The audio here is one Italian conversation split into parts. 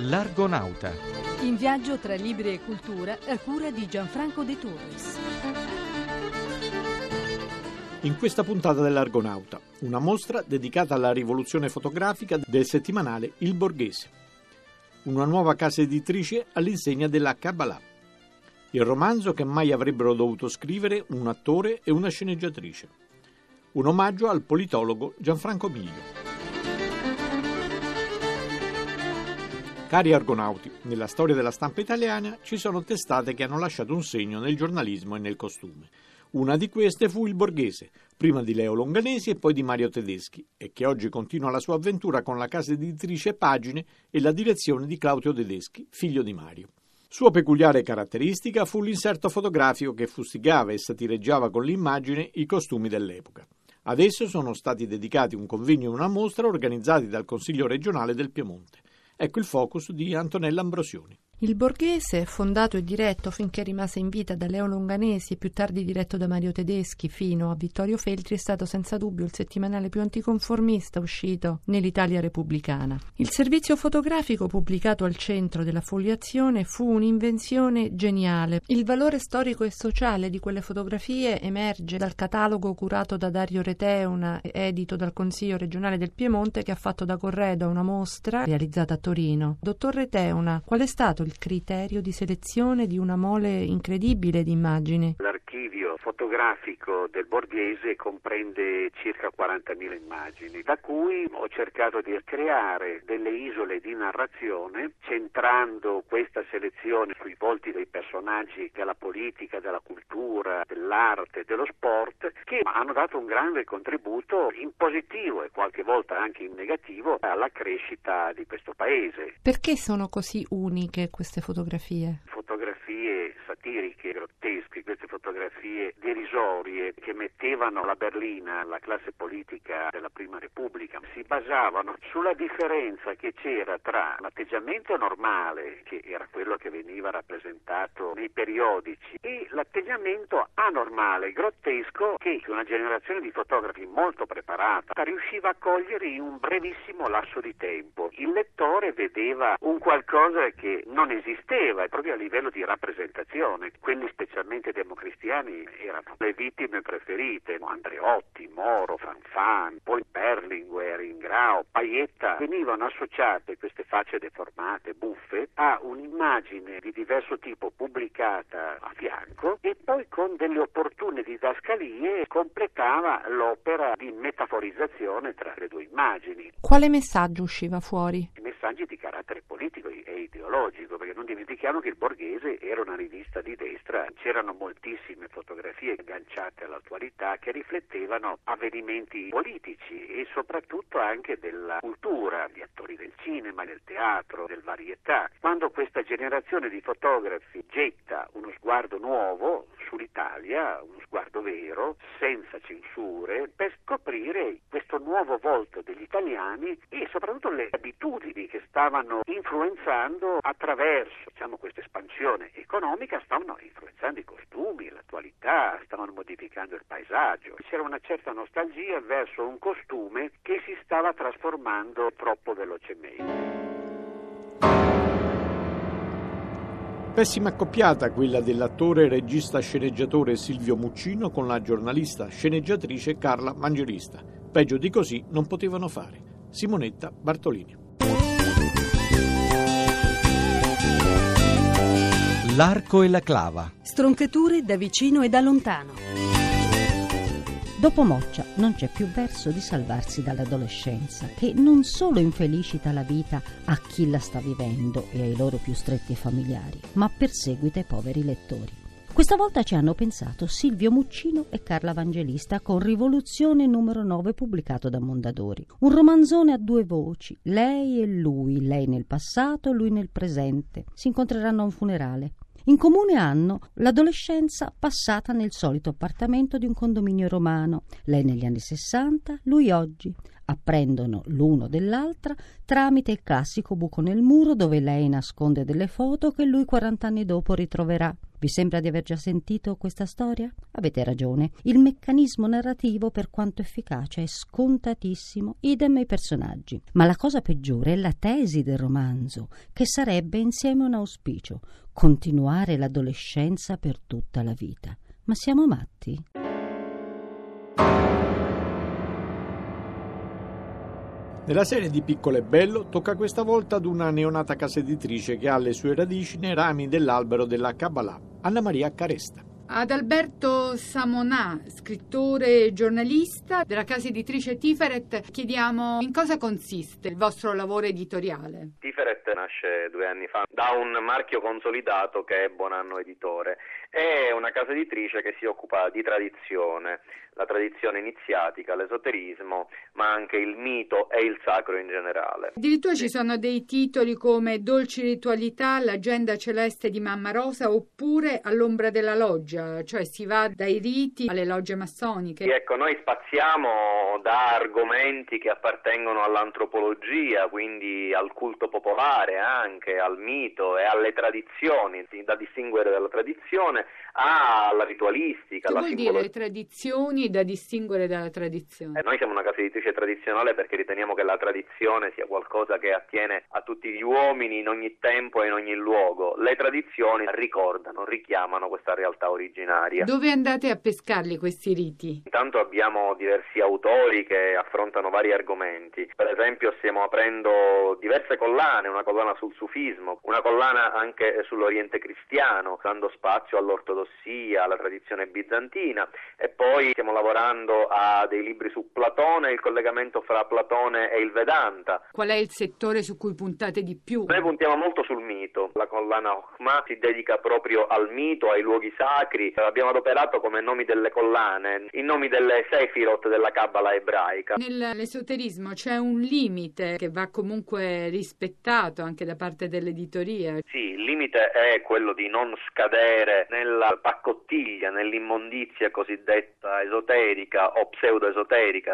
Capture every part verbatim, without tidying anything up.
L'Argonauta. In viaggio tra libri e cultura a cura di Gianfranco De Torres. In questa puntata dell'Argonauta, una mostra dedicata alla rivoluzione fotografica del settimanale Il Borghese. Una nuova casa editrice all'insegna della Kabbalah. Il romanzo che mai avrebbero dovuto scrivere un attore e una sceneggiatrice. Un omaggio al politologo Gianfranco Miglio. Cari argonauti, nella storia della stampa italiana ci sono testate che hanno lasciato un segno nel giornalismo e nel costume. Una di queste fu Il Borghese, prima di Leo Longanesi e poi di Mario Tedeschi, e che oggi continua la sua avventura con la casa editrice Pagine e la direzione di Claudio Tedeschi, figlio di Mario. Sua peculiare caratteristica fu l'inserto fotografico che fustigava e satireggiava con l'immagine i costumi dell'epoca. Ad esso sono stati dedicati un convegno e una mostra organizzati dal Consiglio regionale del Piemonte. Ecco il focus di Antonella Ambrosioni. Il Borghese, fondato e diretto finché rimase in vita da Leo Longanesi e più tardi diretto da Mario Tedeschi fino a Vittorio Feltri, è stato senza dubbio il settimanale più anticonformista uscito nell'Italia repubblicana. Il servizio fotografico pubblicato al centro della foliazione fu un'invenzione geniale. Il valore storico e sociale di quelle fotografie emerge dal catalogo curato da Dario Reteuna, edito dal Consiglio regionale del Piemonte, che ha fatto da corredo a una mostra realizzata a Torino. Dottor Reteuna, qual è stato il il criterio di selezione di una mole incredibile di immagini? L'archivio fotografico del Borghese comprende circa quarantamila immagini, da cui ho cercato di creare delle isole di narrazione, centrando questa selezione sui volti dei personaggi della politica, della cultura, dell'arte, dello sport, che hanno dato un grande contributo in positivo e qualche volta anche in negativo alla crescita di questo paese. Perché sono così uniche queste fotografie? Fotografie satiriche, grottesche, queste fotografie derisorie che mettevano la berlina alla classe politica della Prima Repubblica, si basavano sulla differenza che c'era tra l'atteggiamento normale, che era quello che veniva rappresentato nei periodici, e l'atteggiamento anormale, grottesco, che una generazione di fotografi molto preparata riusciva a cogliere in un brevissimo lasso di tempo. Il lettore vedeva un qualcosa che non esisteva proprio a livello di rappresentazione. Quelli specialmente democristiani erano le vittime preferite: Andreotti, Moro, Fanfan, poi Berlinguer, Ingrao, Paietta. Venivano associate queste facce deformate, buffe, a un'immagine di diverso tipo pubblicata a fianco, e poi con delle opportune didascalie completava l'opera di metaforizzazione tra le due immagini. Quale messaggio usciva fuori? I messaggi di carattere politico e ideologico, perché non dimentichiamo che il Borghese era una rivista di destra, c'erano moltissime fotografie agganciate all'attualità che riflettevano avvenimenti politici e soprattutto anche della cultura, gli attori del cinema, del teatro, del varietà. Quando questa generazione di fotografi getta uno sguardo nuovo sull'Italia, uno sguardo vero, senza censure, per scoprire questo nuovo volto degli italiani e soprattutto le abitudini che stavano influenzando attraverso, diciamo, questa espansione economica, stavano influenzando i costumi, l'attualità, stavano modificando il paesaggio. C'era una certa nostalgia verso un costume che si stava trasformando troppo velocemente. Pessima accoppiata quella dell'attore, regista, sceneggiatore Silvio Muccino con la giornalista, sceneggiatrice Carla Vangelista. Peggio di così non potevano fare. Simonetta Bartolini. L'arco e la clava. Stroncature da vicino e da lontano. Dopo Moccia non c'è più verso di salvarsi dall'adolescenza, che non solo infelicita la vita a chi la sta vivendo e ai loro più stretti familiari, ma perseguita i poveri lettori. Questa volta ci hanno pensato Silvio Muccino e Carla Vangelista con Rivoluzione numero nove, pubblicato da Mondadori. Un romanzone a due voci, lei e lui, lei nel passato, lui nel presente. Si incontreranno a un funerale. In comune hanno l'adolescenza passata nel solito appartamento di un condominio romano, lei negli anni sessanta, lui oggi. Apprendono l'uno dell'altra tramite il classico buco nel muro dove lei nasconde delle foto che lui quarant'anni dopo ritroverà. Vi sembra di aver già sentito questa storia? Avete ragione. Il meccanismo narrativo, per quanto efficace, è scontatissimo, idem ai personaggi. Ma la cosa peggiore è la tesi del romanzo, che sarebbe insieme un auspicio: continuare l'adolescenza per tutta la vita. Ma siamo matti? Nella serie di Piccolo e Bello tocca questa volta ad una neonata casa editrice che ha le sue radici nei rami dell'albero della Kabbalah, Anna Maria Caresta. Ad Alberto Samonà, scrittore e giornalista della casa editrice Tiferet, chiediamo in cosa consiste il vostro lavoro editoriale. Tiferet nasce due anni fa da un marchio consolidato che è Bonanno Editore. È una casa editrice che si occupa di tradizione, la tradizione iniziatica, l'esoterismo, ma anche il mito e il sacro in generale. Addirittura ci sono dei titoli come Dolci ritualità, l'agenda celeste di Mamma Rosa, oppure All'ombra della loggia, cioè si va dai riti alle logge massoniche. Sì, ecco, noi spaziamo da argomenti che appartengono all'antropologia, quindi al culto popolare, anche al mito e alle tradizioni, da distinguere dalla tradizione, alla ritualistica, che alla vuol simbolo... dire tradizioni da distinguere dalla tradizione? Eh, noi siamo una casa editrice tradizionale perché riteniamo che la tradizione sia qualcosa che attiene a tutti gli uomini in ogni tempo e in ogni luogo. Le tradizioni ricordano, richiamano questa realtà originaria. Dove andate a pescarli questi riti? Intanto abbiamo diversi autori che affrontano vari argomenti. Per esempio stiamo aprendo diverse collane, una collana sul sufismo, una collana anche sull'Oriente cristiano, dando spazio all'ortodossia, alla tradizione bizantina, e poi stiamo lavorando a dei libri su Platone, il collegamento fra Platone e il Vedanta. Qual è il settore su cui puntate di più? Noi puntiamo molto sul mito. La collana Chokhmah si dedica proprio al mito, ai luoghi sacri. Abbiamo adoperato come nomi delle collane i nomi delle Sefirot della Kabbalah ebraica. Nell'esoterismo c'è un limite che va comunque rispettato anche da parte dell'editoria? Sì, il limite è quello di non scadere nella paccottiglia, nell'immondizia cosiddetta esoterica o pseudoesoterica.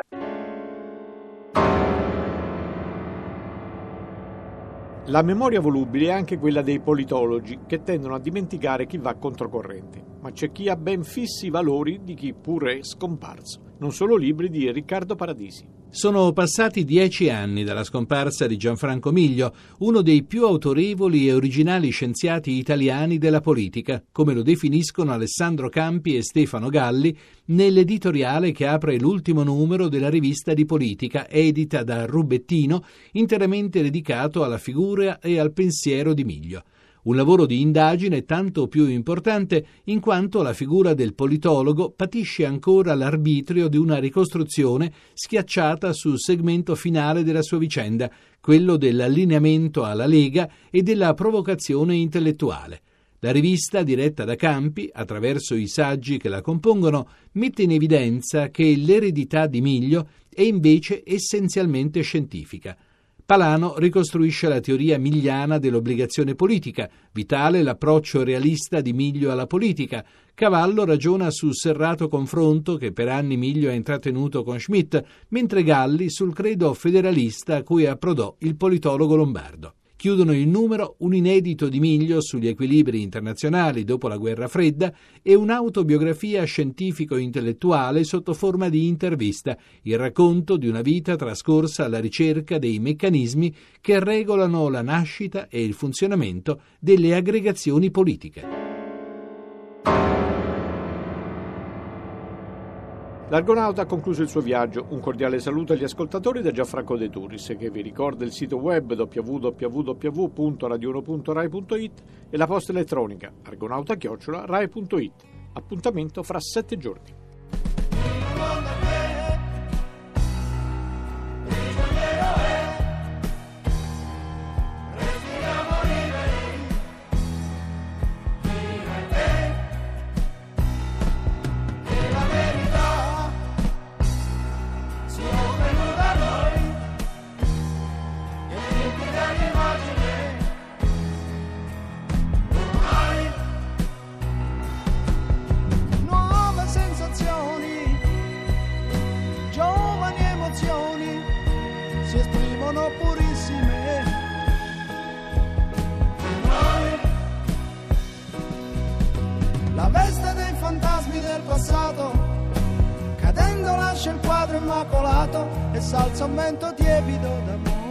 La memoria volubile è anche quella dei politologi, che tendono a dimenticare chi va controcorrente, ma c'è chi ha ben fissi i valori di chi pure è scomparso. Non solo libri di Riccardo Paradisi. Sono passati dieci anni dalla scomparsa di Gianfranco Miglio, uno dei più autorevoli e originali scienziati italiani della politica, come lo definiscono Alessandro Campi e Stefano Galli nell'editoriale che apre l'ultimo numero della rivista di politica, edita da Rubettino, interamente dedicato alla figura e al pensiero di Miglio. Un lavoro di indagine tanto più importante in quanto la figura del politologo patisce ancora l'arbitrio di una ricostruzione schiacciata sul segmento finale della sua vicenda, quello dell'allineamento alla Lega e della provocazione intellettuale. La rivista, diretta da Campi, attraverso i saggi che la compongono, mette in evidenza che l'eredità di Miglio è invece essenzialmente scientifica. Palano ricostruisce la teoria migliana dell'obbligazione politica, Vitale l'approccio realista di Miglio alla politica, Cavallo ragiona sul serrato confronto che per anni Miglio ha intrattenuto con Schmitt, mentre Galli sul credo federalista a cui approdò il politologo lombardo. Chiudono il numero un inedito di Miglio sugli equilibri internazionali dopo la guerra fredda e un'autobiografia scientifico-intellettuale sotto forma di intervista, il racconto di una vita trascorsa alla ricerca dei meccanismi che regolano la nascita e il funzionamento delle aggregazioni politiche. L'Argonauta ha concluso il suo viaggio. Un cordiale saluto agli ascoltatori da Gianfranco De Turris, che vi ricorda il sito web w w w punto radio uno punto rai punto it e la posta elettronica argonauta chiocciola rai punto it. Appuntamento fra sette giorni. Sensazione passato, cadendo lascia il quadro immacolato e s'alza un vento tiepido d'amore.